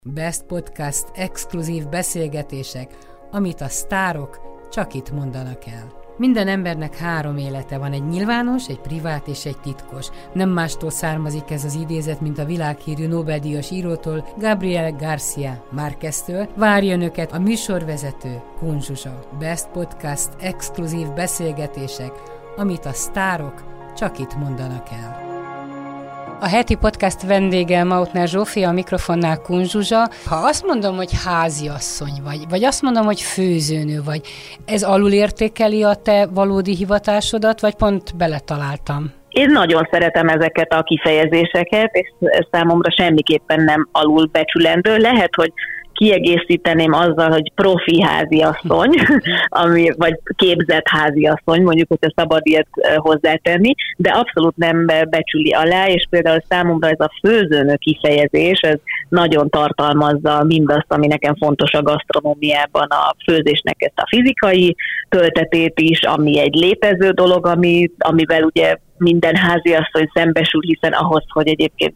Best Podcast exkluzív beszélgetések, amit a sztárok csak itt mondanak el. Minden embernek 3 élete van, egy nyilvános, egy privát és egy titkos. Nem mástól származik ez az idézet, mint a világhírű Nobel-díjas írótól, Gabriel García Márqueztől. Várja önöket a műsorvezető, Kun Zsuzsa. Best Podcast exkluzív beszélgetések, amit a sztárok csak itt mondanak el. A heti podcast vendége Mautner Zsófia, a mikrofonnál Kun Zsuzsa. Ha azt mondom, hogy háziasszony vagy azt mondom, hogy főzőnő vagy, ez alulértékeli a te valódi hivatásodat, vagy pont beletaláltam? Én nagyon szeretem ezeket a kifejezéseket, és számomra semmiképpen nem alulbecsülendő. Lehet, hogy kiegészíteném azzal, hogy profi háziasszony, vagy képzett háziasszony, mondjuk, hogyha szabad ilyet hozzátenni, de abszolút nem becsüli alá, és például számomra ez a főzőnő kifejezés, ez nagyon tartalmazza mindazt, ami nekem fontos a gasztronómiában, a főzésnek ezt a fizikai töltetét is, ami egy létező dolog, amivel ugye minden háziasszony szembesül, hiszen ahhoz, hogy egyébként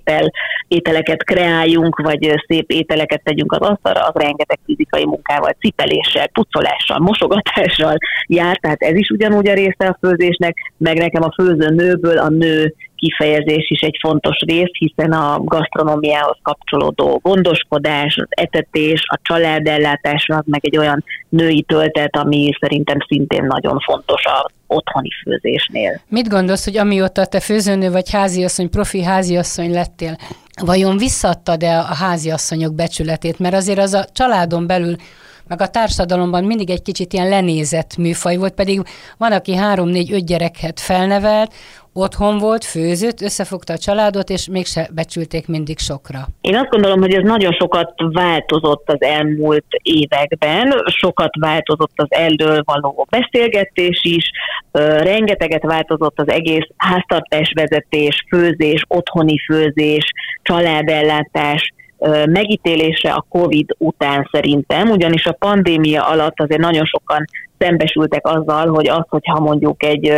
ételeket kreáljunk, vagy szép ételeket tegyünk az asztalra, az rengeteg fizikai munkával, cipeléssel, pucolással, mosogatással jár, tehát ez is ugyanúgy a része a főzésnek, meg nekem a főzőnőből a nő kifejezés is egy fontos rész, hiszen a gasztronómiához kapcsolódó gondoskodás, az etetés, a családellátás, az meg egy olyan női töltet, ami szerintem szintén nagyon fontos az otthoni főzésnél. Mit gondolsz, hogy amióta te főzőnő vagy háziasszony, profi háziasszony lettél, vajon visszaadtad-e a háziasszonyok becsületét? Mert azért az a családon belül, meg a társadalomban mindig egy kicsit ilyen lenézett műfaj volt, pedig van, aki 3-4-5 gyereket felnevelt, otthon volt, főzött, összefogta a családot, és mégse becsülték mindig sokra. Én azt gondolom, hogy ez nagyon sokat változott az elmúlt években, sokat változott az erről való beszélgetés is, rengeteget változott az egész háztartásvezetés, főzés, otthoni főzés, családellátás megítélése a Covid után szerintem, ugyanis a pandémia alatt azért nagyon sokan szembesültek azzal, hogy hogyha mondjuk egy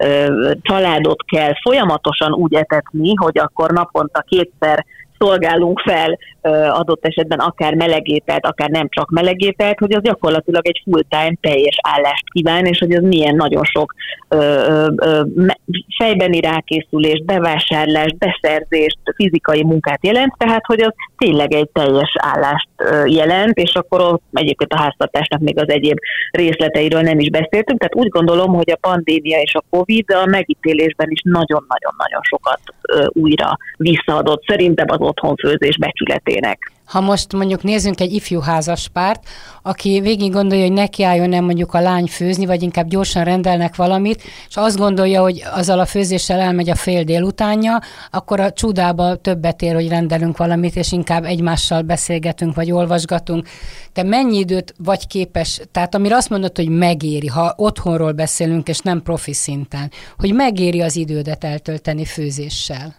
családot kell folyamatosan úgy etetni, hogy akkor naponta 2-szer szolgálunk fel adott esetben akár melegételt, akár nem csak melegételt, hogy az gyakorlatilag egy full-time teljes állást kíván, és hogy az milyen nagyon sok fejbeni rákészülést, bevásárlást, beszerzést, fizikai munkát jelent, tehát hogy az tényleg egy teljes állást jelent, és akkor ott egyébként a háztartásnak még az egyéb részleteiről nem is beszéltünk, tehát úgy gondolom, hogy a pandémia és a Covid a megítélésben is nagyon-nagyon-nagyon sokat újra visszaadott szerintem az otthonfőzés becsületének. Ha most mondjuk nézzünk egy ifjú házaspárt, aki végig gondolja, hogy nekiálljon nem mondjuk a lány főzni, vagy inkább gyorsan rendelnek valamit, és azt gondolja, hogy azzal a főzéssel elmegy a fél délutánja, akkor a csudába többet ér, hogy rendelünk valamit, és inkább egymással beszélgetünk, vagy olvasgatunk. Te mennyi időt vagy képes, tehát amire azt mondod, hogy megéri, ha otthonról beszélünk, és nem profi szinten, hogy megéri az idődet eltölteni főzéssel?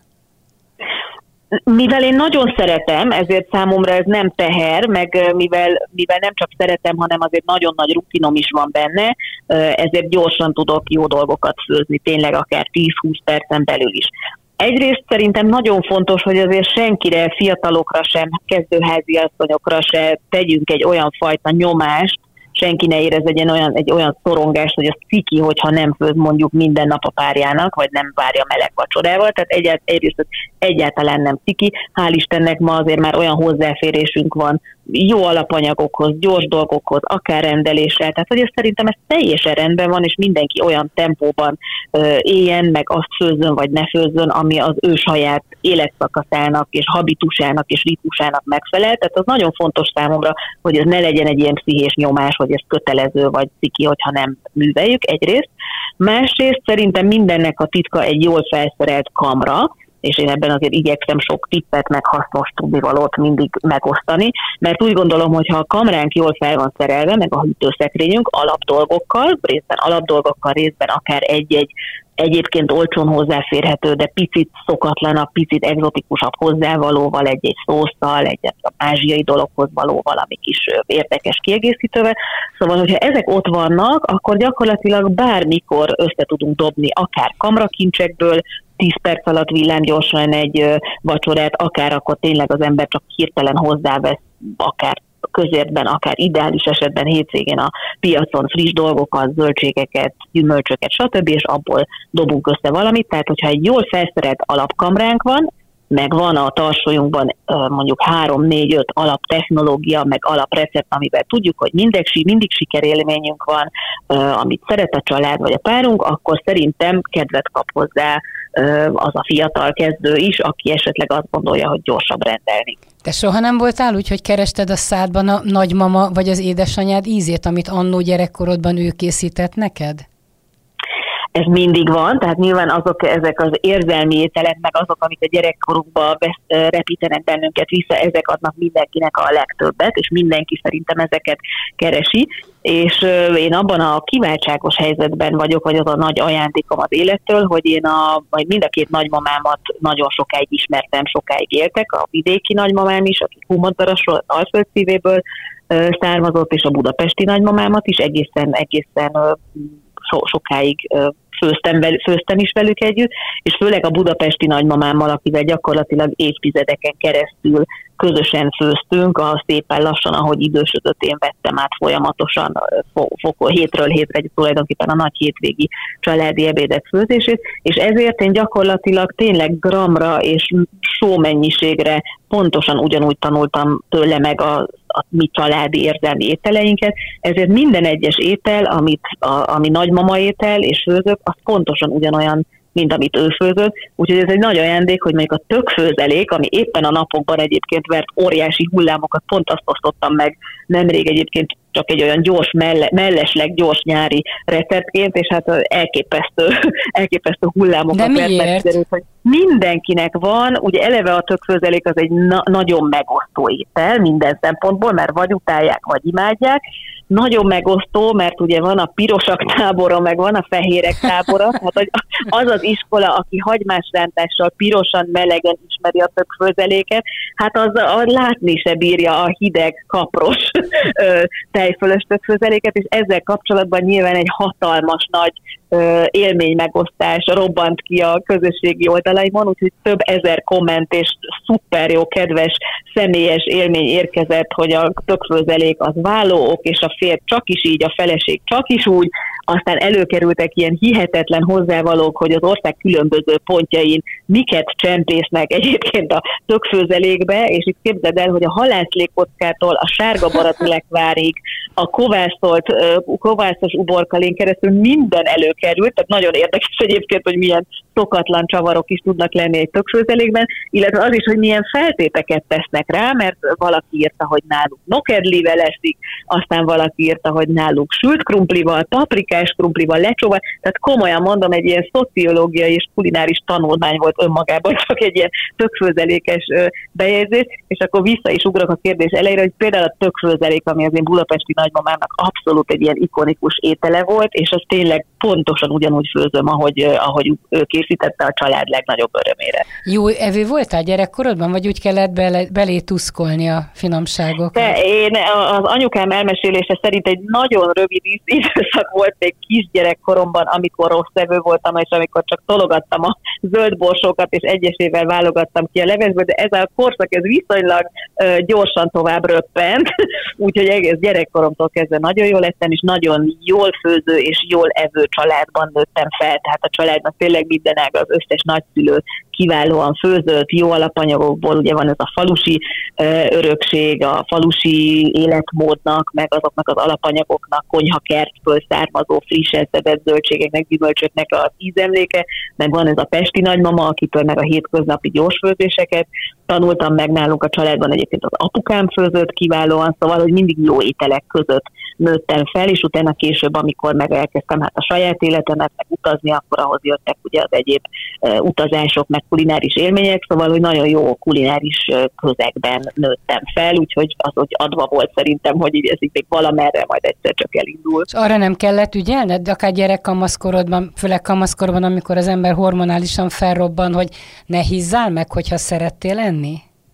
Mivel én nagyon szeretem, ezért számomra ez nem teher, meg mivel nem csak szeretem, hanem azért nagyon nagy rutinom is van benne, ezért gyorsan tudok jó dolgokat főzni, tényleg akár 10-20 percen belül is. Egyrészt szerintem nagyon fontos, hogy azért senkire, fiatalokra sem, kezdőháziasszonyokra se tegyünk egy olyan fajta nyomást, senki ne érezzen egy olyan szorongást, hogy az ciki, hogyha nem főz mondjuk minden nap a párjának, vagy nem várja meleg vacsorával, tehát egyrészt egyáltalán nem ciki. Hál' Istennek ma azért már olyan hozzáférésünk van jó alapanyagokhoz, gyors dolgokhoz, akár rendeléssel, tehát hogy ez szerintem ez teljesen rendben van, és mindenki olyan tempóban éljen, meg azt főzzön, vagy ne főzzön, ami az ő saját életszakaszának, és habitusának, és ritmusának megfelel, tehát az nagyon fontos számomra, hogy ez ne legyen egy ilyen pszichés nyomás, hogy ez kötelező, vagy ciki, hogyha nem műveljük egyrészt. Másrészt szerintem mindennek a titka egy jól felszerelt kamra, és én ebben azért igyekszem sok tippet, meg hasznos tudnivalót mindig megosztani, mert úgy gondolom, hogy ha a kamránk jól fel van szerelve, meg a hűtőszekrényünk alapdolgokkal, részben akár egy-egy egyébként olcsón hozzáférhető, de picit szokatlanabb, picit egzotikusabb hozzávalóval, egy-egy szósszal, egy ázsiai dologhoz való valami kis érdekes kiegészítővel. Szóval, hogyha ezek ott vannak, akkor gyakorlatilag bármikor össze tudunk dobni akár kamrakincsekből, 10 perc alatt villámgyorsan egy vacsorát, akár akkor tényleg az ember csak hirtelen hozzávesz, akár közértben, akár ideális esetben hétvégén a piacon friss dolgokat, zöldségeket, gyümölcsöket, stb., és abból dobunk össze valamit. Tehát, hogyha egy jól felszerelt alapkamránk van, meg van a tarsolyunkban mondjuk 3-4-5 alaptechnológia, meg alaprecept, amivel tudjuk, hogy mindig sikerélményünk van, amit szeret a család vagy a párunk, akkor szerintem kedvet kap hozzá az a fiatal kezdő is, aki esetleg azt gondolja, hogy gyorsabb rendelni. Te soha nem voltál úgy, hogy kerested a szádban a nagymama vagy az édesanyád ízét, amit annó gyerekkorodban ő készített neked? Ez mindig van, tehát nyilván ezek az érzelmi ételek, meg azok, amik a gyerekkorunkba repítenek bennünket vissza, ezek adnak mindenkinek a legtöbbet, és mindenki szerintem ezeket keresi, és én abban a kiváltságos helyzetben vagyok, vagy az a nagy ajándékom az élettől, hogy én vagy mind a két nagymamámat nagyon sokáig ismertem, sokáig éltek, a vidéki nagymamám is, aki Kunmondvarasról, Alföld szívéből származott, és a budapesti nagymamámat is egészen sokáig főztem is velük együtt, és főleg a budapesti nagymamámmal, akivel gyakorlatilag évtizedeken keresztül közösen főztünk, szépen lassan, ahogy idősödött, én vettem át folyamatosan hétről hétre tulajdonképpen a nagy hétvégi családi ebédek főzését, és ezért én gyakorlatilag tényleg gramra és sómennyiségre pontosan ugyanúgy tanultam tőle meg a mi családi érzelmi ételeinket, ezért minden egyes étel, ami nagymama étel és főzök, az pontosan ugyanolyan, mint amit ő főzött. Úgyhogy ez egy nagy ajándék, hogy mondjuk a tökfőzelék, ami éppen a napokban egyébként vert óriási hullámokat, pont azt osztottam meg nemrég egyébként csak egy olyan gyors, mellesleg gyors nyári receptként, és hát elképesztő hullámokat vert meg, hogy mindenkinek van, ugye eleve a tökfőzelék az egy nagyon megosztó étel minden szempontból, mert vagy utálják, vagy imádják. Nagyon megosztó, mert ugye van a pirosak tábora, meg van a fehérek tábora, tehát az az iskola, aki hagymásrántással pirosan, melegen ismeri a tökfőzeléket, hát az látni se bírja a hideg, kapros tejfölös tökfőzeléket, és ezzel kapcsolatban nyilván egy hatalmas nagy élménymegosztás robbant ki a közösségi oldalaimon, úgyhogy több ezer komment és szuper jó, kedves, személyes élmény érkezett, hogy a tökfőzelék az vállóok, és a férj csak is így, a feleség csak is úgy, aztán előkerültek ilyen hihetetlen hozzávalók, hogy az ország különböző pontjain miket csempésznek egyébként a tökfőzelékbe, és itt képzeld el, hogy a halászlékockától a sárga baratilekvárig, a kovászos uborkalén keresztül minden előkerült, tehát nagyon érdekes egyébként, hogy milyen szokatlan csavarok is tudnak lenni egy tökfőzelékben, illetve az is, hogy milyen feltéteket tesznek rá, mert valaki írta, hogy náluk nokedlivel eszik, aztán valaki írta, hogy náluk sült krumplival, paprikás krumplival, lecsóval, tehát komolyan mondom, egy ilyen szociológiai és kulináris tanulmány volt önmagában, csak egy ilyen tökfőzelékes bejegyzés, és akkor vissza is ugrok a kérdés elejére, hogy például a tökfőzelék, ami az én budapesti nagymamámnak abszolút egy ilyen ikonikus étele volt, és az tényleg pontosan ugyanúgy főzöm, ahogy ő készítette a család legnagyobb örömére. Jó evő voltál gyerekkorodban, vagy úgy kellett belé tuszkolni a finomságokat? Én az anyukám elmesélése szerint egy nagyon rövid időszak volt még kisgyerekkoromban, amikor rossz evő voltam, és amikor csak tologattam a zöld borsókat, és egyesével válogattam ki a levesből, de ez a korszak ez viszonylag gyorsan tovább röppent, úgyhogy egész gyerekkoromtól kezdve nagyon jól lettem, és nagyon jól főző és jól evő családban nőttem fel, tehát a családnak tényleg minden ág, az összes nagyszülő kiválóan főzött, jó alapanyagokból, ugye van ez a falusi örökség, a falusi életmódnak, meg azoknak az alapanyagoknak, konyhakertből származó frissen szedett zöldségeknek, gyümölcsöknek az ízemléke, meg van ez a pesti nagymama, akitől meg a hétköznapi gyorsfőzéseket tanultam meg nálunk a családban, egyébként az apukám főzött kiválóan, szóval, hogy mindig jó ételek között nőttem fel, és utána később, amikor meg elkezdtem hát a saját életemet, meg utazni, akkor ahhoz jöttek ugye az egyéb utazások, meg kulináris élmények, szóval, hogy nagyon jó kulináris közegben nőttem fel, úgyhogy az, hogy adva volt szerintem, hogy így ez így még valamerre majd egyszer csak elindul. És arra nem kellett ügyelned, de akár gyerekkamaszkorodban, főleg kamaszkorban, amikor az ember hormonálisan felrobban, hogy ne hízzál meg, hogyha szerettél enni?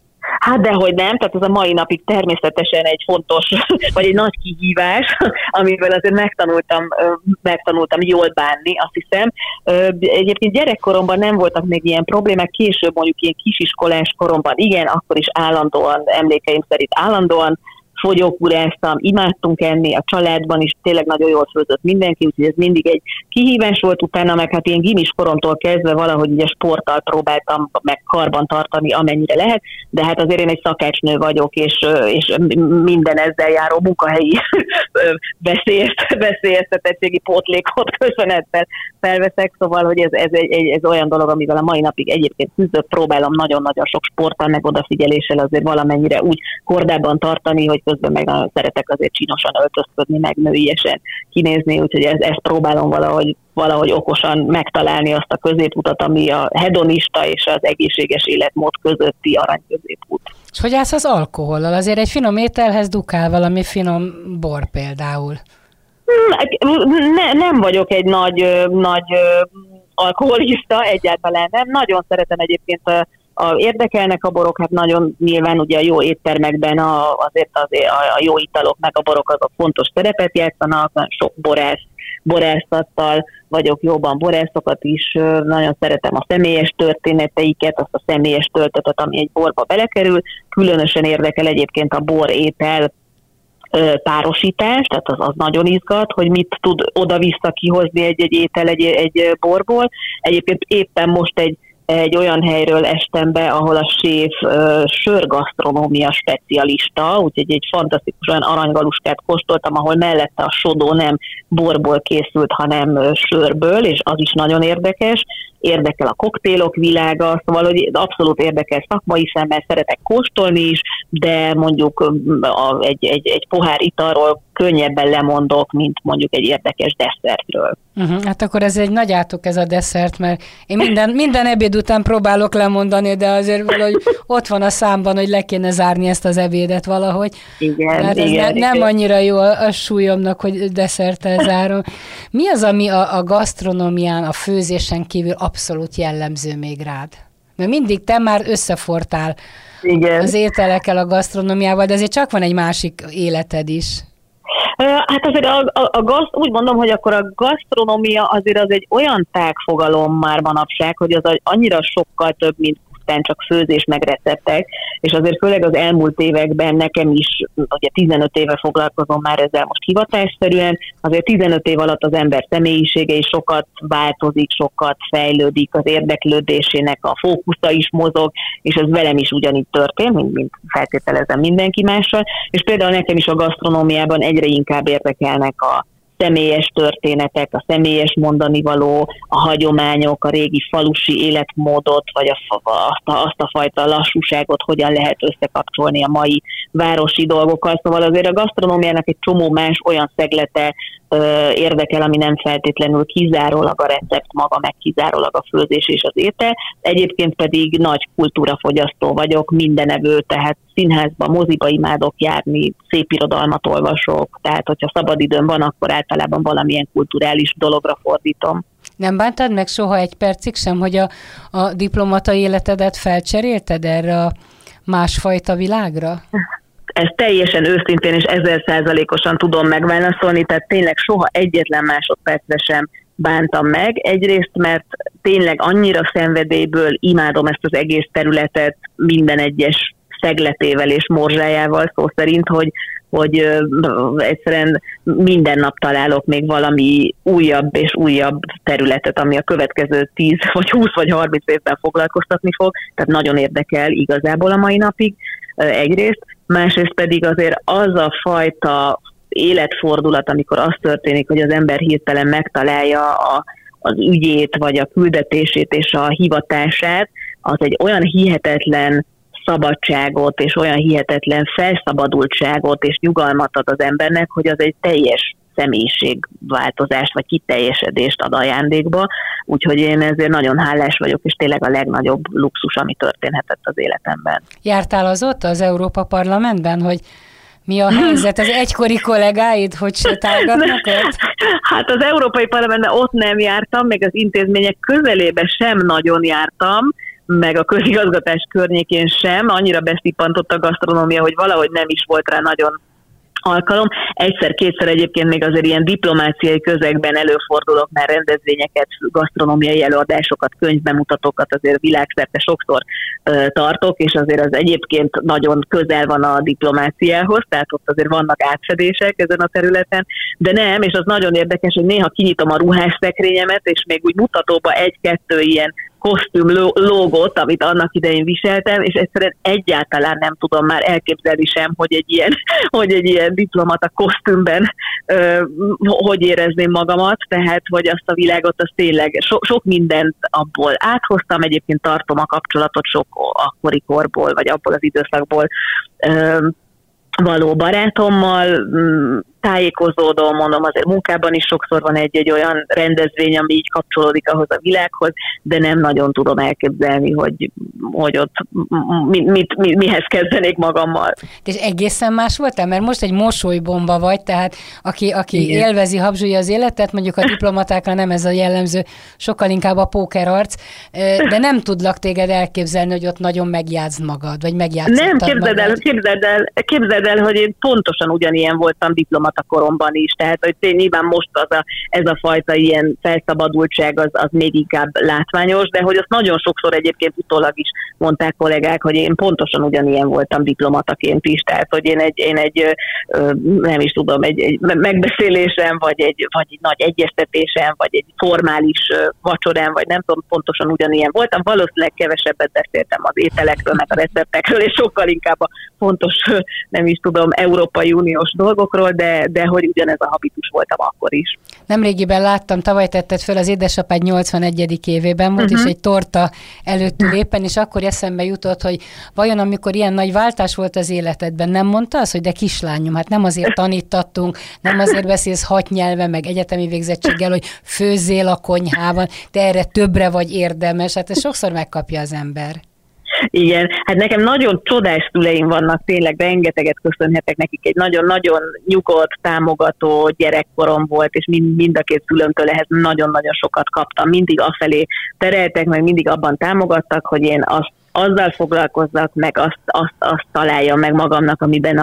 Hát dehogy nem, tehát ez a mai napig természetesen egy fontos, vagy egy nagy kihívás, amivel azért megtanultam jól bánni, azt hiszem. Egyébként gyerekkoromban nem voltak még ilyen problémák, később mondjuk ilyen kisiskolás koromban, igen, akkor is állandóan, emlékeim szerint állandóan fogyókúráztam, imádtunk enni, a családban is tényleg nagyon jól főzött mindenki, úgyhogy ez mindig egy kihívás volt, utána meg hát ilyen gimis koromtól kezdve valahogy ugye sporttal próbáltam meg karban tartani, amennyire lehet, de hát azért én egy szakácsnő vagyok, és minden ezzel járó munkahelyi veszélyeztetettségi pótlékot köszönettel felveszek, szóval hogy ez olyan dolog, amivel a mai napig egyébként küzdök, próbálom nagyon-nagyon sok sporttal, meg odafigyeléssel azért valamennyire úgy kordában tartani, hogy közben meg nagyon szeretek azért csinosan öltözködni, meg nőiesen kinézni, úgyhogy ezt próbálom valahogy okosan megtalálni azt a középutat, ami a hedonista és az egészséges életmód közötti arany középút. És hogy állsz az alkohollal? Azért egy finom ételhez dukál valami finom bor például. Nem vagyok egy nagy alkoholista, egyáltalán nem. Nagyon szeretem egyébként érdekelnek a borok, hát nagyon nyilván ugye a jó éttermekben azért a jó italok meg a borok azok fontos szerepet játszanak, sok borászattal vagyok jóban, borászokat is, nagyon szeretem a személyes történeteiket, azt a személyes töltetet, ami egy borba belekerül, különösen érdekel egyébként a bor-étel párosítás, tehát az nagyon izgat, hogy mit tud oda-vissza kihozni egy étel egy borból. Egyébként éppen most egy olyan helyről estem be, ahol a séf sörgasztronómia specialista, úgyhogy egy fantasztikus olyan aranygaluskát kóstoltam, ahol mellette a sodó nem borból készült, hanem sörből, és az is nagyon érdekes. Érdekel a koktélok világa, szóval hogy abszolút érdekel szakmai szemmel, szeretek kóstolni is, de mondjuk egy pohár italról könnyebben lemondok, mint mondjuk egy érdekes desszertről. Hát akkor ez egy nagy átok ez a desszert, mert én minden ebéd után próbálok lemondani, de azért valahogy ott van a számban, hogy le kéne zárni ezt az ebédet valahogy. Igen, hát ez nem annyira jó a súlyomnak, hogy desszerttel zárom. Mi az, ami a gasztronómián, a főzésen kívül abszolút jellemző még rád? Mert mindig te már összefortál az ételekkel, a gasztronómiával, de azért csak van egy másik életed is. Hát azért úgy mondom, hogy akkor a gasztronómia azért az egy olyan tágfogalom már manapság, hogy az annyira sokkal több, mint csak főzés meg receptek, és azért főleg az elmúlt években nekem is, ugye 15 éve foglalkozom már ezzel most hivatásszerűen, azért 15 év alatt az ember személyisége is sokat változik, sokat fejlődik, az érdeklődésének a fókusza is mozog, és ez velem is ugyanígy történt, mint feltételezem mindenki mással, és például nekem is a gasztronómiában egyre inkább érdekelnek a személyes történetek, a személyes mondanivaló, a hagyományok, a régi falusi életmódot, vagy azt a fajta lassúságot hogyan lehet összekapcsolni a mai városi dolgokkal. Szóval azért a gasztronómiának egy csomó más olyan szeglete érdekel, ami nem feltétlenül kizárólag a recept maga, meg kizárólag a főzés és az étel. Egyébként pedig nagy kultúrafogyasztó vagyok, mindenevő, tehát színházba, moziba imádok járni, szépirodalmat olvasok, tehát hogyha szabadidőm van, akkor általában valamilyen kulturális dologra fordítom. Nem bántad meg soha egy percig sem, hogy a diplomata életedet felcserélted erre a másfajta világra? Ezt teljesen őszintén és 1000%-osan tudom megválaszolni, tehát tényleg soha egyetlen másodpercre sem bántam meg. Egyrészt, mert tényleg annyira szenvedélyből imádom ezt az egész területet minden egyes szegletével és morzsájával, szó szerint, hogy egyszerűen minden nap találok még valami újabb és újabb területet, ami a következő 10 vagy 20 vagy 30 évben foglalkoztatni fog, tehát nagyon érdekel igazából a mai napig egyrészt, másrészt pedig azért az a fajta életfordulat, amikor az történik, hogy az ember hirtelen megtalálja az ügyét, vagy a küldetését és a hivatását, az egy olyan hihetetlen szabadságot, és olyan hihetetlen felszabadultságot és nyugalmat ad az embernek, hogy az egy teljes személyiségváltozást, vagy kiteljesedést ad ajándékba, úgyhogy én ezért nagyon hálás vagyok, és tényleg a legnagyobb luxus, ami történhetett az életemben. Jártál azóta az Európa Parlamentben, hogy mi a helyzet? Az egykori kollégáid, hogy sétálgatnak ott? Hát az Európai Parlamentben ott nem jártam, még az intézmények közelébe sem nagyon jártam, meg a közigazgatás környékén sem. Annyira beszippantott a gasztronómia, hogy valahogy nem is volt rá nagyon alkalom. Egyszer-kétszer egyébként még azért ilyen diplomáciai közegben előfordulok, már rendezvényeket, gasztronómiai előadásokat, könyvbemutatókat azért világszerte sokszor tartok, és azért az egyébként nagyon közel van a diplomáciához, tehát ott azért vannak átfedések ezen a területen, de nem, és az nagyon érdekes, hogy néha kinyitom a ruhásszekrényemet, és még úgy mutatóba egy-kettő ilyen kosztüm lógot, amit annak idején viseltem, és egyszerűen egyáltalán nem tudom már elképzelni sem, hogy egy ilyen diplomata kosztümben hogy érezném magamat, tehát hogy azt a világot, az tényleg sok mindent abból áthoztam, egyébként tartom a kapcsolatot sok akkori korból, vagy abból az időszakból való barátommal, tájékozódom, mondom, azért munkában is sokszor van egy olyan rendezvény, ami így kapcsolódik ahhoz a világhoz, de nem nagyon tudom elképzelni, hogy ott mihez kezdenék magammal. És egészen más voltál? Mert most egy mosolybomba vagy, tehát aki élvezi, habzsolja az életet, mondjuk a diplomatákra nem ez a jellemző, sokkal inkább a pókerarc, de nem tudlak téged elképzelni, hogy ott nagyon megjátszd magad, vagy megjátszottad magad. Nem, képzeld el, hogy én pontosan ugyanilyen voltam diplomata koromban is, tehát hogy nyilván most ez a fajta ilyen felszabadultság az még inkább látványos, de hogy azt nagyon sokszor egyébként utólag is mondták kollégák, hogy én pontosan ugyanilyen voltam diplomataként is, tehát hogy én egy nem is tudom, egy megbeszélésen, vagy egy nagy egyeztetésen, vagy egy formális vacsorán, vagy nem tudom, pontosan ugyanilyen voltam. Valószínűleg kevesebbet beszéltem az ételekről, meg a receptekről, és sokkal inkább a fontos, nem is tudom, Európai Uniós dolgokról, de hogy ugyanez a habitus voltam akkor is. Nemrégiben láttam, tavaly tetted föl, az édesapád 81. évében volt, és egy torta előttül éppen, és akkor eszembe jutott, hogy vajon amikor ilyen nagy váltás volt az életedben, nem mondta azt, hogy de kislányom, hát nem azért tanítattunk, nem azért beszélsz 6 nyelven, meg egyetemi végzettséggel, hogy főzzél a konyhában, de erre többre vagy érdemes, hát ezt sokszor megkapja az ember. Igen, hát nekem nagyon csodás szüleim vannak, tényleg rengeteget köszönhetek nekik, egy nagyon-nagyon nyugodt, támogató gyerekkorom volt, és mind a két szülőmtől ehhez nagyon-nagyon sokat kaptam. Mindig afelé tereltek, meg mindig abban támogattak, hogy én azzal foglalkozzak, meg azt találjam meg magamnak,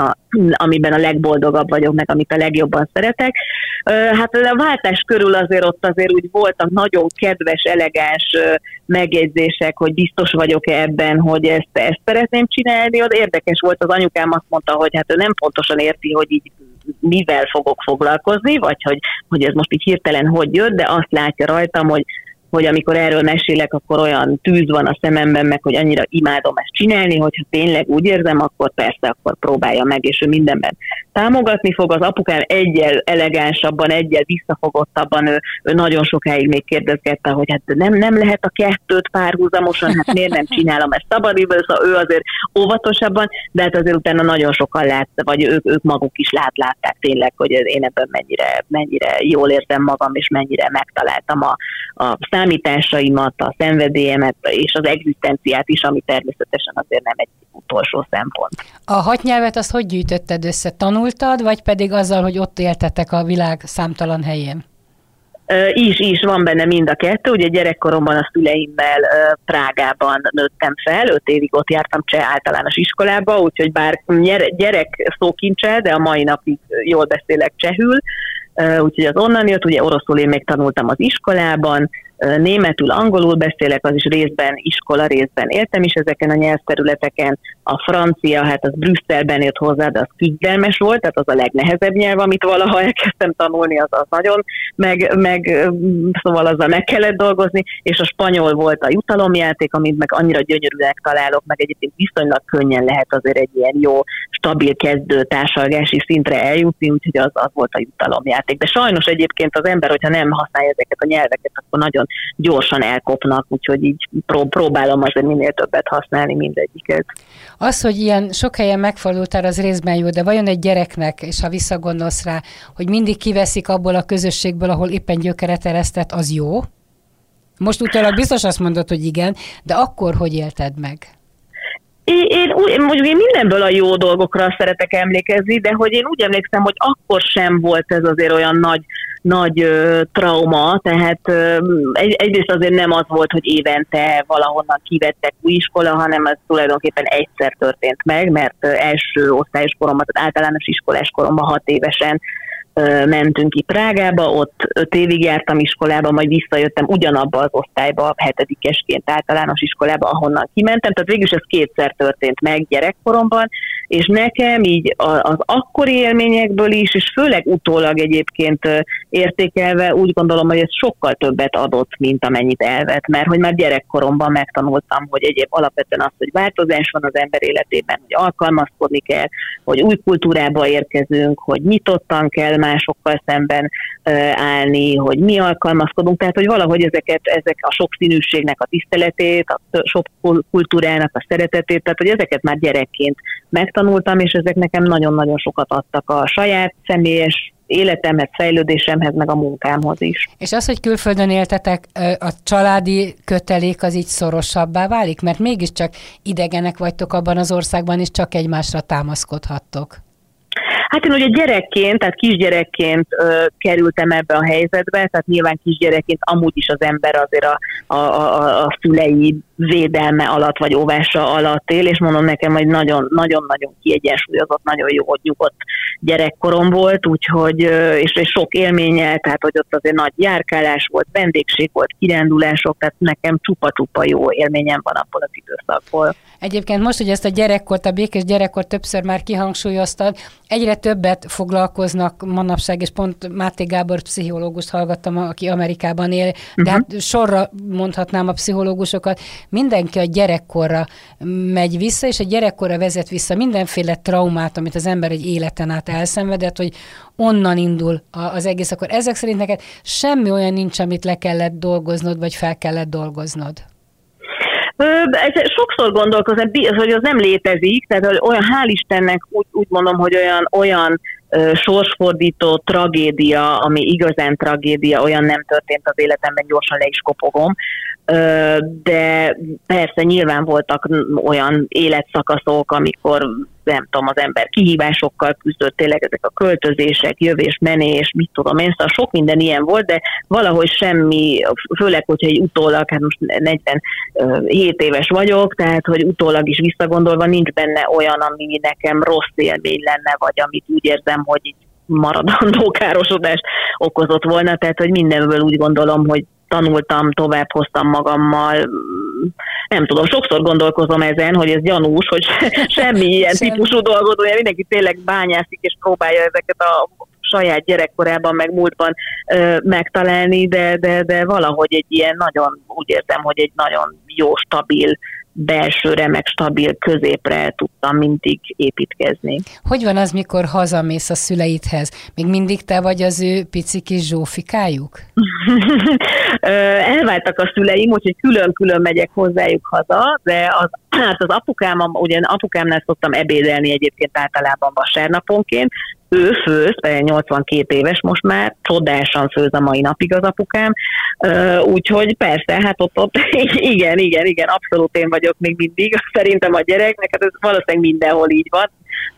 amiben a legboldogabb vagyok, meg amit a legjobban szeretek. Hát a váltás körül ott azért úgy voltak nagyon kedves, elegáns megjegyzések, hogy biztos vagyok ebben, hogy ezt szeretném csinálni. Az érdekes volt, az anyukám azt mondta, hogy hát ő nem pontosan érti, hogy így mivel fogok foglalkozni, vagy hogy ez most így hirtelen hogy jött, de azt látja rajtam, hogy amikor erről mesélek, akkor olyan tűz van a szememben, meg hogy annyira imádom ezt csinálni, hogyha tényleg úgy érzem, akkor persze, akkor próbálja meg, és ő mindenben támogatni fog. Az apukám egyel elegánsabban, egyel visszafogottabban, ő nagyon sokáig még kérdezgette, hogy hát nem lehet a kettőt párhuzamosan, hát miért nem csinálom ezt szabadidőben, szóval ő azért óvatosabban, de hát azért utána nagyon sokan látta, vagy ők maguk is látták tényleg, hogy én ebben mennyire jól érzem magam, és mennyire megtaláltam a számításaimat, a szenvedélyemet, és az egzisztenciát is, ami természetesen azért nem egy utolsó szempont. A 6 nyelvet azt hogy gyűjtötted össze? Tanultad, vagy pedig azzal, hogy ott éltetek a világ számtalan helyén? Is van benne mind a kettő. Ugye gyerekkoromban a szüleimmel Prágában nőttem fel, 5 évig ott jártam cseh általános iskolába, úgyhogy bár gyerek szókincsel, de a mai napig jól beszélek csehül, úgyhogy az onnan jött, ugye oroszul én még tanultam az iskolában, németül, angolul beszélek, az is részben iskola, részben éltem is ezeken a nyelvterületeken. A francia, hát az Brüsszelben jött hozzá, de az küzdelmes volt, tehát az a legnehezebb nyelv, amit valaha elkezdtem tanulni, az nagyon, szóval azzal meg kellett dolgozni, és a spanyol volt a jutalomjáték, amit meg annyira gyönyörűnek találok, meg egyébként viszonylag könnyen lehet azért egy ilyen jó, stabil kezdő társalgási szintre eljutni, úgyhogy az volt a jutalomjáték. De sajnos egyébként az ember, hogyha nem használja ezeket a nyelveket, akkor nagyon gyorsan elkopnak, úgyhogy így próbálom azért minél többet használni mindegyiket. Az, hogy ilyen sok helyen megfordultál, az részben jó, de vajon egy gyereknek, és ha visszagondolsz rá, hogy mindig kiveszik abból a közösségből, ahol éppen gyökeret eresztett, az jó? Most utólag biztos azt mondod, hogy igen, de akkor hogy élted meg? Én mindenből a jó dolgokra szeretek emlékezni, de hogy én úgy emlékszem, hogy akkor sem volt ez azért olyan nagy trauma, tehát egyrészt azért nem az volt, hogy évente valahonnan kivettek új iskola, hanem ez tulajdonképpen egyszer történt meg, mert első osztályos koromban, tehát általános iskolás koromban 6 évesen mentünk ki Prágába, ott 5 évig jártam iskolába, majd visszajöttem ugyanabba az osztályba, 7-esként általános iskolába, ahonnan kimentem, tehát végülis ez 2-szer történt meg gyerekkoromban, és nekem így az akkori élményekből is, és főleg utólag egyébként értékelve úgy gondolom, hogy ez sokkal többet adott, mint amennyit elvett, mert hogy már gyerekkoromban megtanultam, hogy egyéb alapvetően az, hogy változás van az ember életében, hogy alkalmazkodni kell, hogy új kultúrába érkezünk, hogy nyitottan kell másokkal szemben állni, hogy mi alkalmazkodunk, tehát hogy valahogy ezek a sokszínűségnek a tiszteletét, a sok kultúrának a szeretetét, tehát hogy ezeket már gyerekként megtanultam, és ezek nekem nagyon-nagyon sokat adtak a saját személyes életemhez, fejlődésemhez, meg a munkámhoz is. És az, hogy külföldön éltetek, a családi kötelék az így szorosabbá válik? Mert mégiscsak idegenek vagytok abban az országban, és csak egymásra támaszkodhattok. Hát én ugye gyerekként, tehát kisgyerekként kerültem ebbe a helyzetbe, tehát nyilván kisgyerekként amúgy is az ember azért a szülei védelme alatt, vagy óvása alatt él, és mondom nekem, hogy nagyon-nagyon kiegyensúlyozott, nagyon jó, nyugodt gyerekkorom volt, úgyhogy, és sok élménnyel, tehát hogy ott azért nagy járkálás volt, vendégség volt, kirándulások, tehát nekem csupa-csupa jó élményem van abból az időszakból. Egyébként most, hogy ezt a gyerekkort, a békés gyerekkort többször már kihangsúlyoztad, egyre többet foglalkoznak manapság, és pont Máté Gábor pszichológust hallgattam, aki Amerikában él, de hát sorra mondhatnám a pszichológusokat, mindenki a gyerekkorra megy vissza, és a gyerekkorra vezet vissza mindenféle traumát, amit az ember egy életen át elszenvedett, hogy onnan indul az egész, akkor ezek szerint neked semmi olyan nincs, amit le kellett dolgoznod, vagy fel kellett dolgoznod? Sokszor gondolkozom, hogy az nem létezik, tehát olyan, hál' Istennek úgy mondom, hogy olyan sorsfordító tragédia, ami igazán tragédia, olyan nem történt az életemben, gyorsan le is kopogom, de persze nyilván voltak olyan életszakaszok, amikor nem tudom, az ember kihívásokkal küzdött, tényleg ezek a költözések, jövés, menés, mit tudom én, szóval sok minden ilyen volt, de valahogy semmi, főleg, hogyha egy utólag, hát most 47 éves vagyok, tehát, hogy utólag is visszagondolva nincs benne olyan, ami nekem rossz élmény lenne, vagy amit úgy érzem, hogy így maradandó károsodást okozott volna, tehát, hogy mindenből úgy gondolom, hogy tanultam, tovább hoztam magammal, nem tudom, sokszor gondolkozom ezen, hogy ez gyanús, hogy semmi ilyen típusú dolgot, ugye mindenki tényleg bányászik és próbálja ezeket a saját gyerekkorában, meg múltban megtalálni, de valahogy egy ilyen nagyon, úgy érzem, hogy egy nagyon jó, stabil belsőre, meg stabil középre tudtam mindig építkezni. Hogy van az, mikor hazamész a szüleidhez? Még mindig te vagy az ő pici kis Zsófikájuk? Elváltak a szüleim, úgyhogy külön-külön megyek hozzájuk haza, de az apukámnál szoktam ebédelni egyébként általában vasárnaponként. Ő főz, 82 éves most már, csodásan főz a mai napig az apukám, úgyhogy persze, hát ott igen, abszolút én vagyok még mindig, szerintem a gyereknek, hát ez valószínűleg mindenhol így van.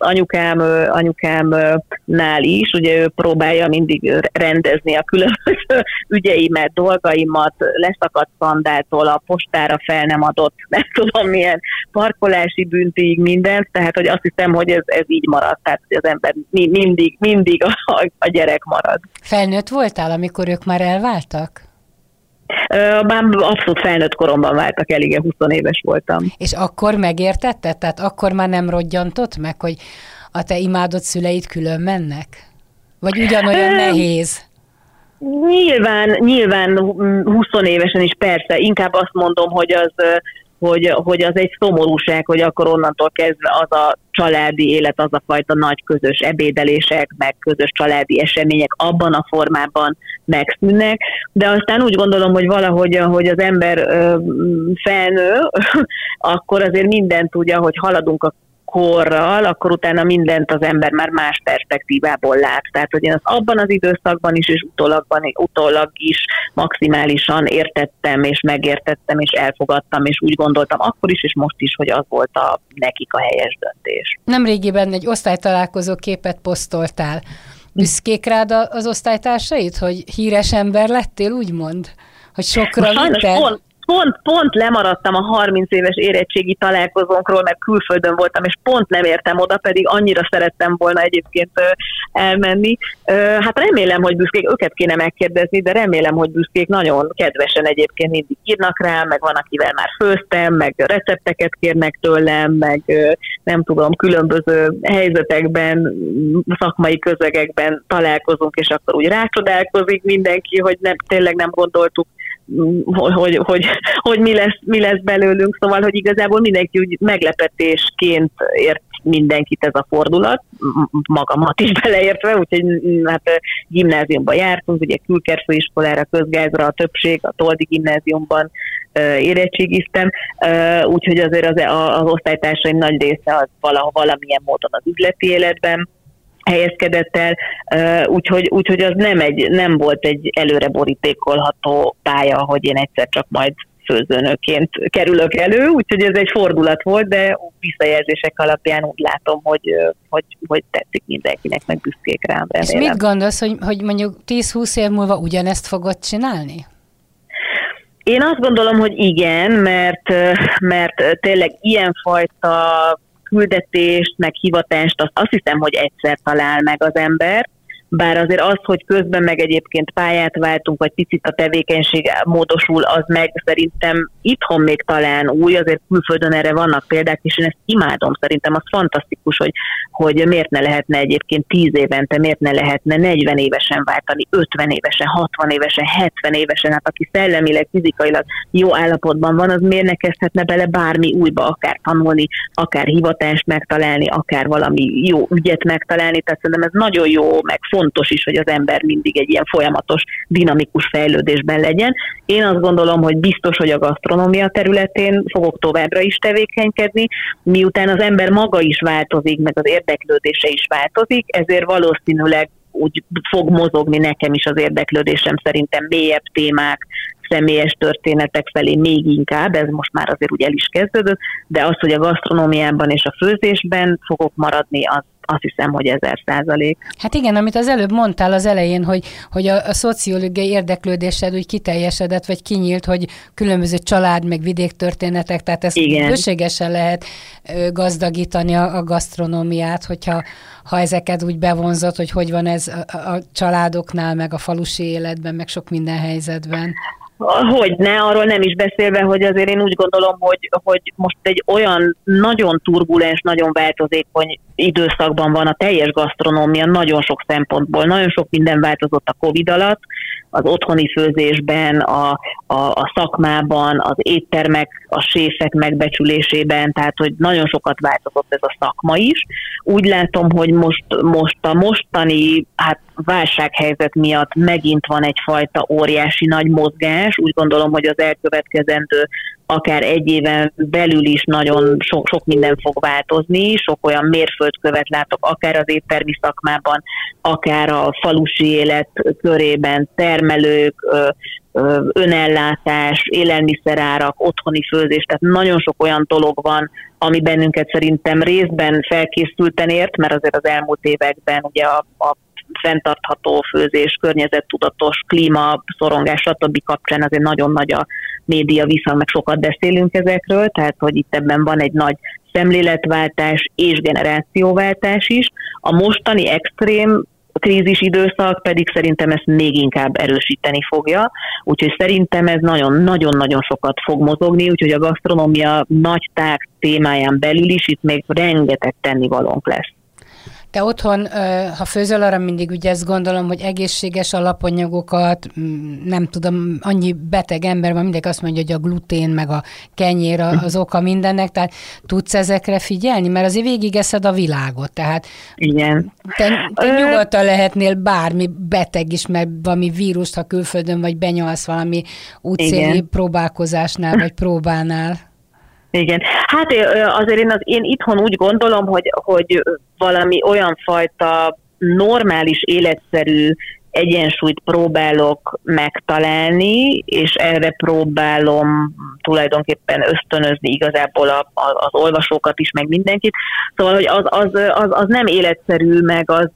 Anyukámnál is, ugye ő próbálja mindig rendezni a különböző ügyeimet, dolgaimat, leszakadt szandától a postára fel nem adott, nem tudom milyen parkolási büntig, mindent, tehát hogy azt hiszem, hogy ez így marad, tehát hogy az ember mindig a gyerek marad. Felnőtt voltál, amikor ők már elváltak? Már abszolút felnőtt koromban váltak el, igen, 20 éves voltam. És akkor megértetted? Tehát akkor már nem rodgyantott meg, hogy a te imádott szüleid külön mennek? Vagy ugyanolyan nehéz? Nyilván 20 évesen is persze, inkább azt mondom, hogy az egy szomorúság, hogy akkor onnantól kezdve az a családi élet, az a fajta nagy közös ebédelések, meg közös családi események abban a formában megszűnnek, de aztán úgy gondolom, hogy valahogy, ahogy az ember felnő, akkor azért mindent tudja, hogy haladunk a korral, akkor utána mindent az ember már más perspektívából lát. Tehát, hogy én azt abban az időszakban is, és utólag is maximálisan értettem, és megértettem, és elfogadtam, és úgy gondoltam akkor is, és most is, hogy az volt nekik a helyes döntés. Nemrégiben egy osztálytalálkozó képet posztoltál. Büszkék rád az osztálytársait, hogy híres ember lettél, úgymond? Hogy sokra vitted? Pont lemaradtam a 30 éves érettségi találkozónkról, mert külföldön voltam, és pont nem értem oda, pedig annyira szerettem volna egyébként elmenni. Hát remélem, hogy büszkék, őket kéne megkérdezni, de remélem, hogy büszkék, nagyon kedvesen egyébként mindig írnak rá, meg van, akivel már főztem, meg recepteket kérnek tőlem, meg nem tudom, különböző helyzetekben, szakmai közegekben találkozunk, és akkor úgy rácsodálkozik mindenki, hogy tényleg nem gondoltuk, hogy mi lesz belőlünk, szóval, hogy igazából mindenki úgy meglepetésként ért mindenkit ez a fordulat, magamat is beleértve, úgyhogy hát gimnáziumban jártunk, ugye külkerfőiskolára, közgázra a többség, a Toldi gimnáziumban érettségiztem, úgyhogy azért az osztálytársaim nagy része az valamilyen módon az üzleti életben helyezkedett el, úgyhogy az nem volt egy előre borítékolható pálya, hogy én egyszer csak majd főzőnőként kerülök elő, úgyhogy ez egy fordulat volt, de visszajelzések alapján úgy látom, hogy tetszik mindenkinek, meg büszkék rám, remélem. És mit gondolsz, hogy mondjuk 10-20 év múlva ugyanezt fogod csinálni? Én azt gondolom, hogy igen, mert tényleg ilyenfajta küldetést, meg hivatást, azt hiszem, hogy egyszer talál meg az ember, bár azért az, hogy közben meg egyébként pályát váltunk, vagy picit a tevékenység módosul, az meg szerintem itthon még talán új, azért külföldön erre vannak példák, és én ezt imádom, szerintem az fantasztikus, hogy miért ne lehetne egyébként 10 évente, miért ne lehetne 40 évesen váltani, 50 évesen, 60 évesen, 70 évesen, hát aki szellemileg, fizikailag jó állapotban van, az miért ne kezdhetne bele bármi újba, akár tanulni, akár hivatást megtalálni, akár valami jó ügyet megtalálni, tehát szerintem ez nagyon jó, meg fontos is, hogy az ember mindig egy ilyen folyamatos, dinamikus fejlődésben legyen. Én azt gondolom, hogy biztos, hogy a gasztronómia területén fogok továbbra is tevékenykedni, miután az ember maga is változik, meg az érdeklődése is változik, ezért valószínűleg úgy fog mozogni nekem is az érdeklődésem, szerintem mélyebb témák, személyes történetek felé még inkább, ez most már azért úgy el is kezdődött, de az, hogy a gasztronómiában és a főzésben fogok maradni, azt hiszem, hogy 1000%. Hát igen, amit az előbb mondtál az elején, hogy a szociológiai érdeklődésed úgy kiteljesedett, vagy kinyílt, hogy különböző család, meg vidéktörténetek, tehát ezt bőségesen lehet gazdagítani a gasztronómiát, hogyha ezeket úgy bevonzott, hogy van ez a családoknál, meg a falusi életben, meg sok minden helyzetben. Hogyne, arról nem is beszélve, hogy azért én úgy gondolom, hogy most egy olyan nagyon turbulens, nagyon változékony időszakban van a teljes gasztronómia, nagyon sok szempontból, nagyon sok minden változott a Covid alatt, az otthoni főzésben, a szakmában, az éttermek, a séfek megbecsülésében, tehát hogy nagyon sokat változott ez a szakma is. Úgy látom, hogy most a mostani válsághelyzet miatt megint van egyfajta óriási nagy mozgás. Úgy gondolom, hogy az elkövetkezendő akár egy éven belül is nagyon sok minden fog változni, sok olyan mérföldkövet látok, akár az éttermi szakmában, akár a falusi élet körében, termelők, önellátás, élelmiszerárak, otthoni főzés, tehát nagyon sok olyan dolog van, ami bennünket szerintem részben felkészülten ért, mert azért az elmúlt években ugye a fenntartható főzés, környezettudatos, klíma, szorongás, stb. Kapcsán azért nagyon nagy a média vissza, meg sokat beszélünk ezekről, tehát hogy itt ebben van egy nagy szemléletváltás és generációváltás is. A mostani extrém krízis időszak pedig szerintem ezt még inkább erősíteni fogja, úgyhogy szerintem ez nagyon-nagyon sokat fog mozogni, úgyhogy a gasztronómia nagy tág témáján belül is itt még rengeteg tennivalónk lesz. Te otthon, ha főzöl, arra mindig ugye ezt gondolom, hogy egészséges alapanyagokat, nem tudom, annyi beteg ember van, mindenki azt mondja, hogy a glutén, meg a kenyér az oka mindennek, tehát tudsz ezekre figyelni? Mert azért végigeszed a világot, tehát igen. Te nyugodtan lehetnél bármi beteg is, mert valami vírust, ha külföldön vagy benyalsz valami útszéli próbálkozásnál, vagy próbálnál. Igen. Hát azért én itthon úgy gondolom, hogy valami olyan fajta normális, életszerű, egyensúlyt próbálok megtalálni, és erre próbálom tulajdonképpen ösztönözni igazából az olvasókat is, meg mindenkit. Szóval, hogy az nem életszerű, meg az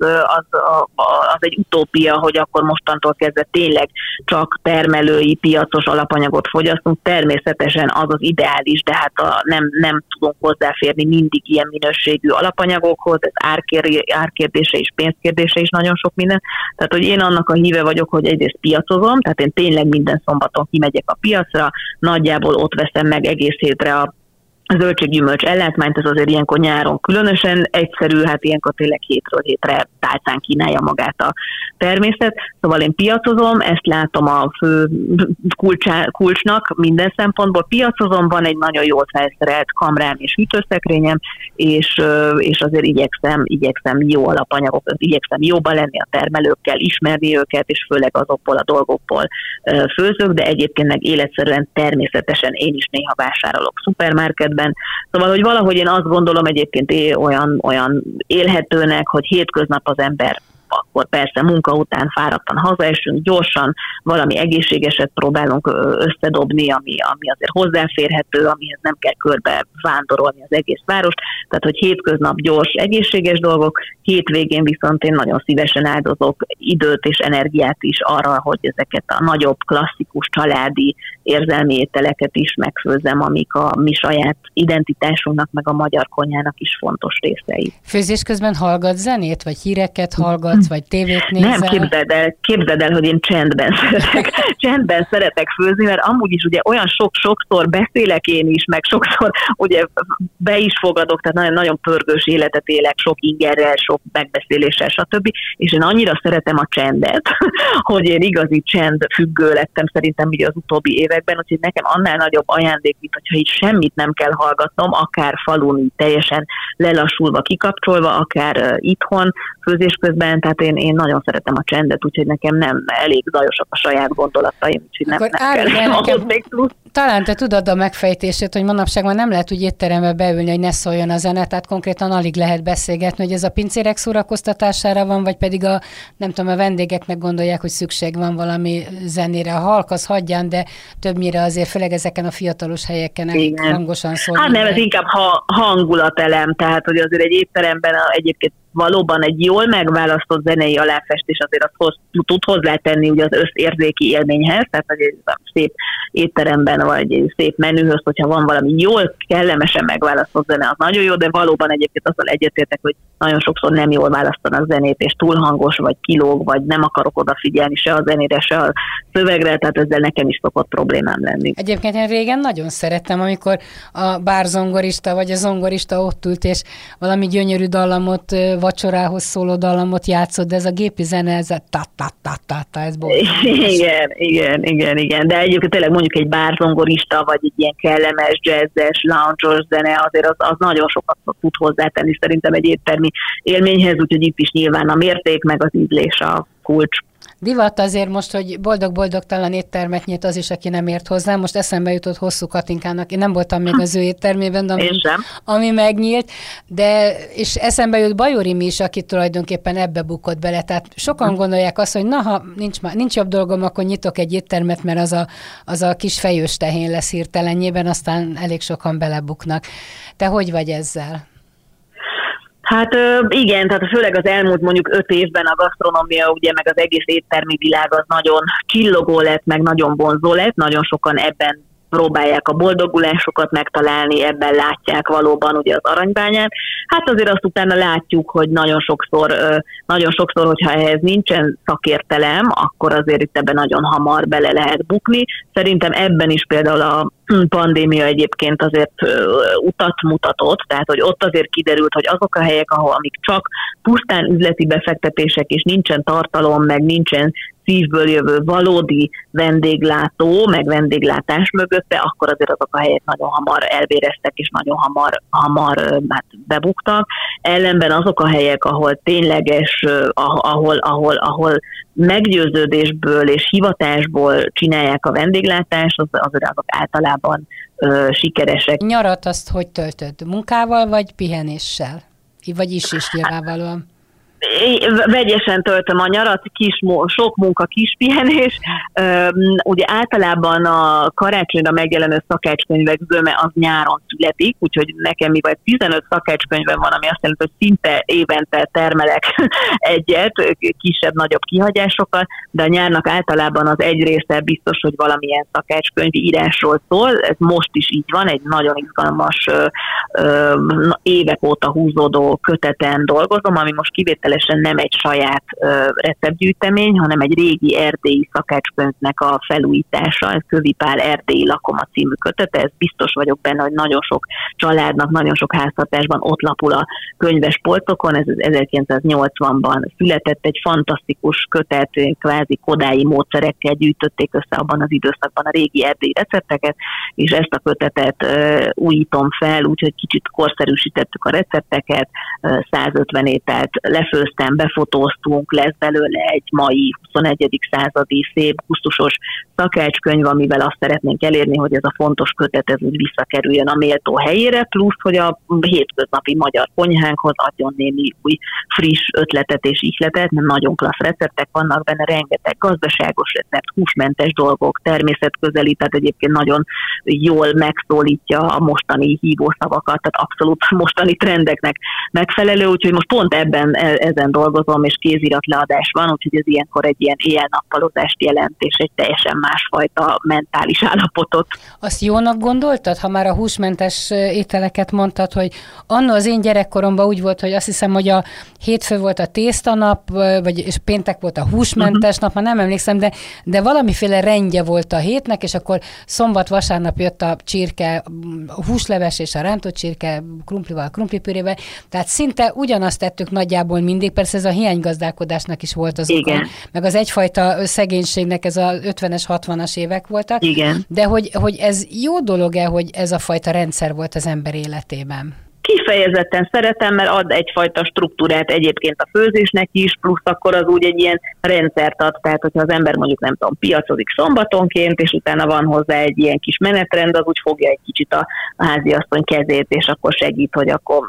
egy utópia, hogy akkor mostantól kezdve tényleg csak termelői, piacos alapanyagot fogyasztunk. Természetesen az az ideális, de hát nem tudunk hozzáférni mindig ilyen minőségű alapanyagokhoz, ez árkérdése és pénzkérdése is nagyon sok minden. Tehát, hogy én annak a híve vagyok, hogy egyrészt piacozom, tehát én tényleg minden szombaton kimegyek a piacra, nagyjából ott veszem meg egész hétre a zöldséggyümölcs ellátmányt, ez azért ilyenkor nyáron különösen egyszerű, hát ilyenkor tényleg hétről hétre tálcán kínálja magát a természet. Szóval én piacozom, ezt látom a fő kulcsnak minden szempontból. Piacozom, van egy nagyon jól felszerelt kamrám és hűtőszekrényem, és azért igyekszem jó alapanyagokat, igyekszem jobban lenni a termelőkkel, ismerni őket, és főleg azokból a dolgokból főzök, de egyébként meg életszerűen természetesen én is néha vásárolok szupermarketben. Szóval, hogy valahogy én azt gondolom egyébként olyan élhetőnek, hogy hétköznap az ember akkor persze munka után fáradtan hazaesünk, gyorsan valami egészségeset próbálunk összedobni, ami azért hozzáférhető, amihez nem kell körbe vándorolni az egész várost. Tehát, hogy hétköznap gyors, egészséges dolgok, hétvégén viszont én nagyon szívesen áldozok időt és energiát is arra, hogy ezeket a nagyobb, klasszikus, családi érzelmi ételeket is megfőzzem, amik a mi saját identitásunknak, meg a magyar konyhának is fontos részei. Főzés közben hallgat zenét, vagy híreket hallgatsz, vagy tévét nézel? Nem, képzeld el, hogy én csendben szeretek főzni, mert amúgy is ugye olyan sokszor beszélek én is, meg sokszor ugye be is fogadok, tehát nagyon, nagyon pörgős életet élek, sok ingerrel, sok megbeszéléssel, stb. És én annyira szeretem a csendet, hogy én igazi csendfüggő lettem szerintem ugye az utóbbi években, úgyhogy nekem annál nagyobb ajándék, mint hogyha így semmit nem kell hallgatnom, akár falun teljesen lelassulva, kikapcsolva, akár itthon főzés közben, tehát én nagyon szeretem a csendet, úgyhogy nekem nem elég zajosak a saját gondolataim, úgyhogy nem kell ahhoz még plusz. Talán te tudod a megfejtését, hogy manapság már nem lehet úgy étterembe beülni, hogy ne szóljon a zene, tehát konkrétan alig lehet beszélgetni, hogy ez a pincérek szórakoztatására van, vagy pedig a vendégeknek gondolják, hogy szükség van valami zenére. A halk az hagyján, de többnyire azért, főleg ezeken a fiatalos helyeken hangosan szól. Hát nem, ez inkább hangulatelem, tehát hogy azért egy étteremben egyébként valóban egy jól megválasztott zenei aláfestés azért azt tud hozzátenni ugye az összérzéki élményhez, tehát hogy egy szép étteremben vagy egy szép menühöz, hogyha van valami jól, kellemesen megválasztott zene, az nagyon jó, de valóban egyébként azzal egyetértek, hogy nagyon sokszor nem jól választanak zenét, és túl hangos, vagy kilóg, vagy nem akarok odafigyelni se a zenére, se a szövegre, tehát ezzel nekem is szokott problémám lenni. Egyébként én régen nagyon szerettem, amikor a bárzongorista vagy a zongorista ott ült, és valami gyönyörű dallamot, vacsorához szóló dallamot játszott, de ez a gépi zene, ez a ta-ta-ta-ta, ez borzalmas. Igen. De egyébként tényleg mondjuk egy bárzongorista, vagy egy ilyen kellemes, jazzes, lounge-os zene, azért az nagyon sokat tud hozzátenni szerintem egy éttermi élményhez, úgyhogy itt is nyilván a mérték, meg az ízlés a kulcs. Divat azért most, hogy boldog-boldogtalan éttermet nyit az is, aki nem ért hozzá. Most eszembe jutott Hosszú Katinkának. Én nem voltam még az ő éttermében, de ami megnyílt. És eszembe jut Bajori is, aki tulajdonképpen ebbe bukott bele. Tehát sokan gondolják azt, hogy ha nincs jobb dolgom, akkor nyitok egy éttermet, mert az a kis fejős tehén lesz hirtelenjében, aztán elég sokan belebuknak. Te hogy vagy ezzel? Hát igen, tehát főleg az elmúlt mondjuk 5 évben a gasztronómia, ugye meg az egész éttermi világ az nagyon csillogó lett, meg nagyon vonzó lett, nagyon sokan ebben próbálják a boldogulásokat megtalálni, ebben látják valóban ugye az aranybányát. Hát azért azt utána látjuk, hogy nagyon sokszor, hogyha ehhez nincsen szakértelem, akkor azért itt ebben nagyon hamar bele lehet bukni. Szerintem ebben is például a pandémia egyébként azért utat mutatott, tehát hogy ott azért kiderült, hogy azok a helyek, amik csak pusztán üzleti befektetések, és nincsen tartalom, meg nincsen szívből jövő valódi vendéglátó, meg vendéglátás mögötte, akkor azért azok a helyek nagyon hamar elvéreztek, és nagyon hamar bebuktak. Ellenben azok a helyek, ahol tényleges, ahol meggyőződésből és hivatásból csinálják a vendéglátást, azért azok általában sikeresek. Nyarat azt hogy töltöd? Munkával vagy pihenéssel? Vagy is nyilvánvalóan? Vegyesen töltöm a nyarat, sok munka, kis pihenés. Ugye általában a karácsonyra megjelenő szakácskönyvek zöme az nyáron születik, úgyhogy nekem mivel 15 szakácskönyvem van, ami azt jelenti, hogy szinte évente termelek egyet, kisebb-nagyobb kihagyásokkal, de a nyárnak általában az egy része biztos, hogy valamilyen szakácskönyvi írásról szól. Ez most is így van, egy nagyon izgalmas, évek óta húzódó köteten dolgozom, ami most kivételesen nem egy saját receptgyűjtemény, hanem egy régi erdélyi szakácskönyvnek a felújítása. Ez Kövi Pál Erdélyi Lakoma című kötete, ez biztos vagyok benne, hogy nagyon sok családnak, nagyon sok háztartásban ott lapul a könyves polcokon. Ez 1980-ban született, egy fantasztikus kötet, kvázi kodái módszerekkel gyűjtötték össze abban az időszakban a régi erdélyi recepteket, és ezt a kötetet újítom fel, úgyhogy kicsit korszerűsítettük a recepteket, 150 ételt lefőztem, befotóztunk, lesz belőle egy mai 21. századi szép, gusztusos szakácskönyv, amivel azt szeretnénk elérni, hogy ez a fontos kötet ez úgy visszakerüljön a méltó helyére, plusz, hogy a hétköznapi magyar konyhánkhoz adjon némi új friss ötletet és ihletet, mert nagyon klassz receptek vannak benne, rengeteg gazdaságos recept, húsmentes dolgok, természetközeli, tehát egyébként nagyon jól megszólítja a mostani hívószavakat, tehát abszolút mostani trendeknek megfelelő, úgyhogy most pont ezen dolgozom, és kéziratleadás van, úgyhogy ez ilyenkor egy ilyen éjjel-nappalozást jelent, és egy teljesen másfajta mentális állapotot. Azt jónak gondoltad, ha már a húsmentes ételeket mondtad, hogy anno az én gyerekkoromban úgy volt, hogy azt hiszem, hogy a hétfő volt a tésztanap, és péntek volt a húsmentes nap, már nem emlékszem, de valamiféle rendje volt a hétnek, és akkor szombat-vasárnap jött a csirke, a húsleves és a rántott csirke krumplival, krumplipürével, tehát szinte ugyanazt tettük nagyjából mindig, persze ez a hiánygazdálkodásnak is volt az oka, meg az egyfajta szegénységnek ez a 50-es, 60-as évek voltak, igen. De hogy ez jó dolog-e, hogy ez a fajta rendszer volt az ember életében? Kifejezetten szeretem, mert ad egyfajta struktúrát egyébként a főzésnek is, plusz akkor az úgy egy ilyen rendszert ad, tehát hogyha az ember mondjuk nem tudom, piacozik szombatonként, és utána van hozzá egy ilyen kis menetrend, az úgy fogja egy kicsit a háziasszony kezét, és akkor segít, hogy akkor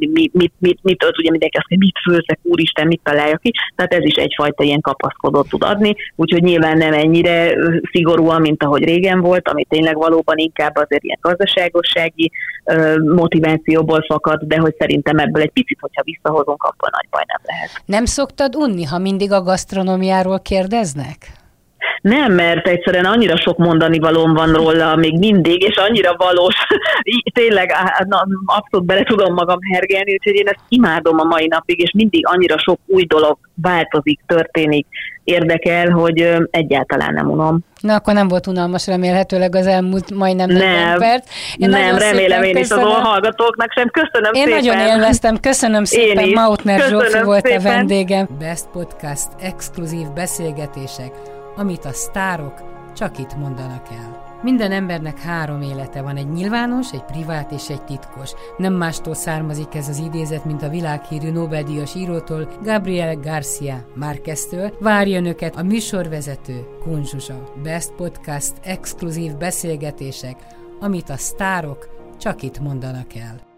mit ölt, ugye mindenki azt, hogy mit főzek, úristen, mit találja ki, tehát ez is egyfajta ilyen kapaszkodót tud adni, úgyhogy nyilván nem ennyire szigorúan, mint ahogy régen volt, ami tényleg valóban inkább azért ilyen gazdaságossági motivációból fakad, de hogy szerintem ebből egy picit, hogyha visszahozunk, akkor nagy baj nem lehet. Nem szoktad unni, ha mindig a gasztronómiáról kérdeznek? Nem, mert egyszerűen annyira sok mondani valóm van róla még mindig, és annyira valós, tényleg abszolút bele tudom magam hergelni, úgyhogy én ezt imádom a mai napig, és mindig annyira sok új dolog változik, történik, érdekel, hogy egyáltalán nem unom. Na, akkor nem volt unalmas remélhetőleg az elmúlt majdnem 40 perc. Nem, remélem én is az hallgatóknak sem. Köszönöm szépen. Én nagyon élveztem. Köszönöm szépen. Mautner Zsófi volt a vendégem. Best Podcast exkluzív beszélgetések, amit a sztárok csak itt mondanak el. Minden embernek 3 élete van, egy nyilvános, egy privát és egy titkos. Nem mástól származik ez az idézet, mint a világhírű Nobel-díjas írótól, Gabriel García Márqueztől. Várja önöket a műsorvezető, Kun Zsuzsa. Best Podcast exkluzív beszélgetések, amit a sztárok csak itt mondanak el.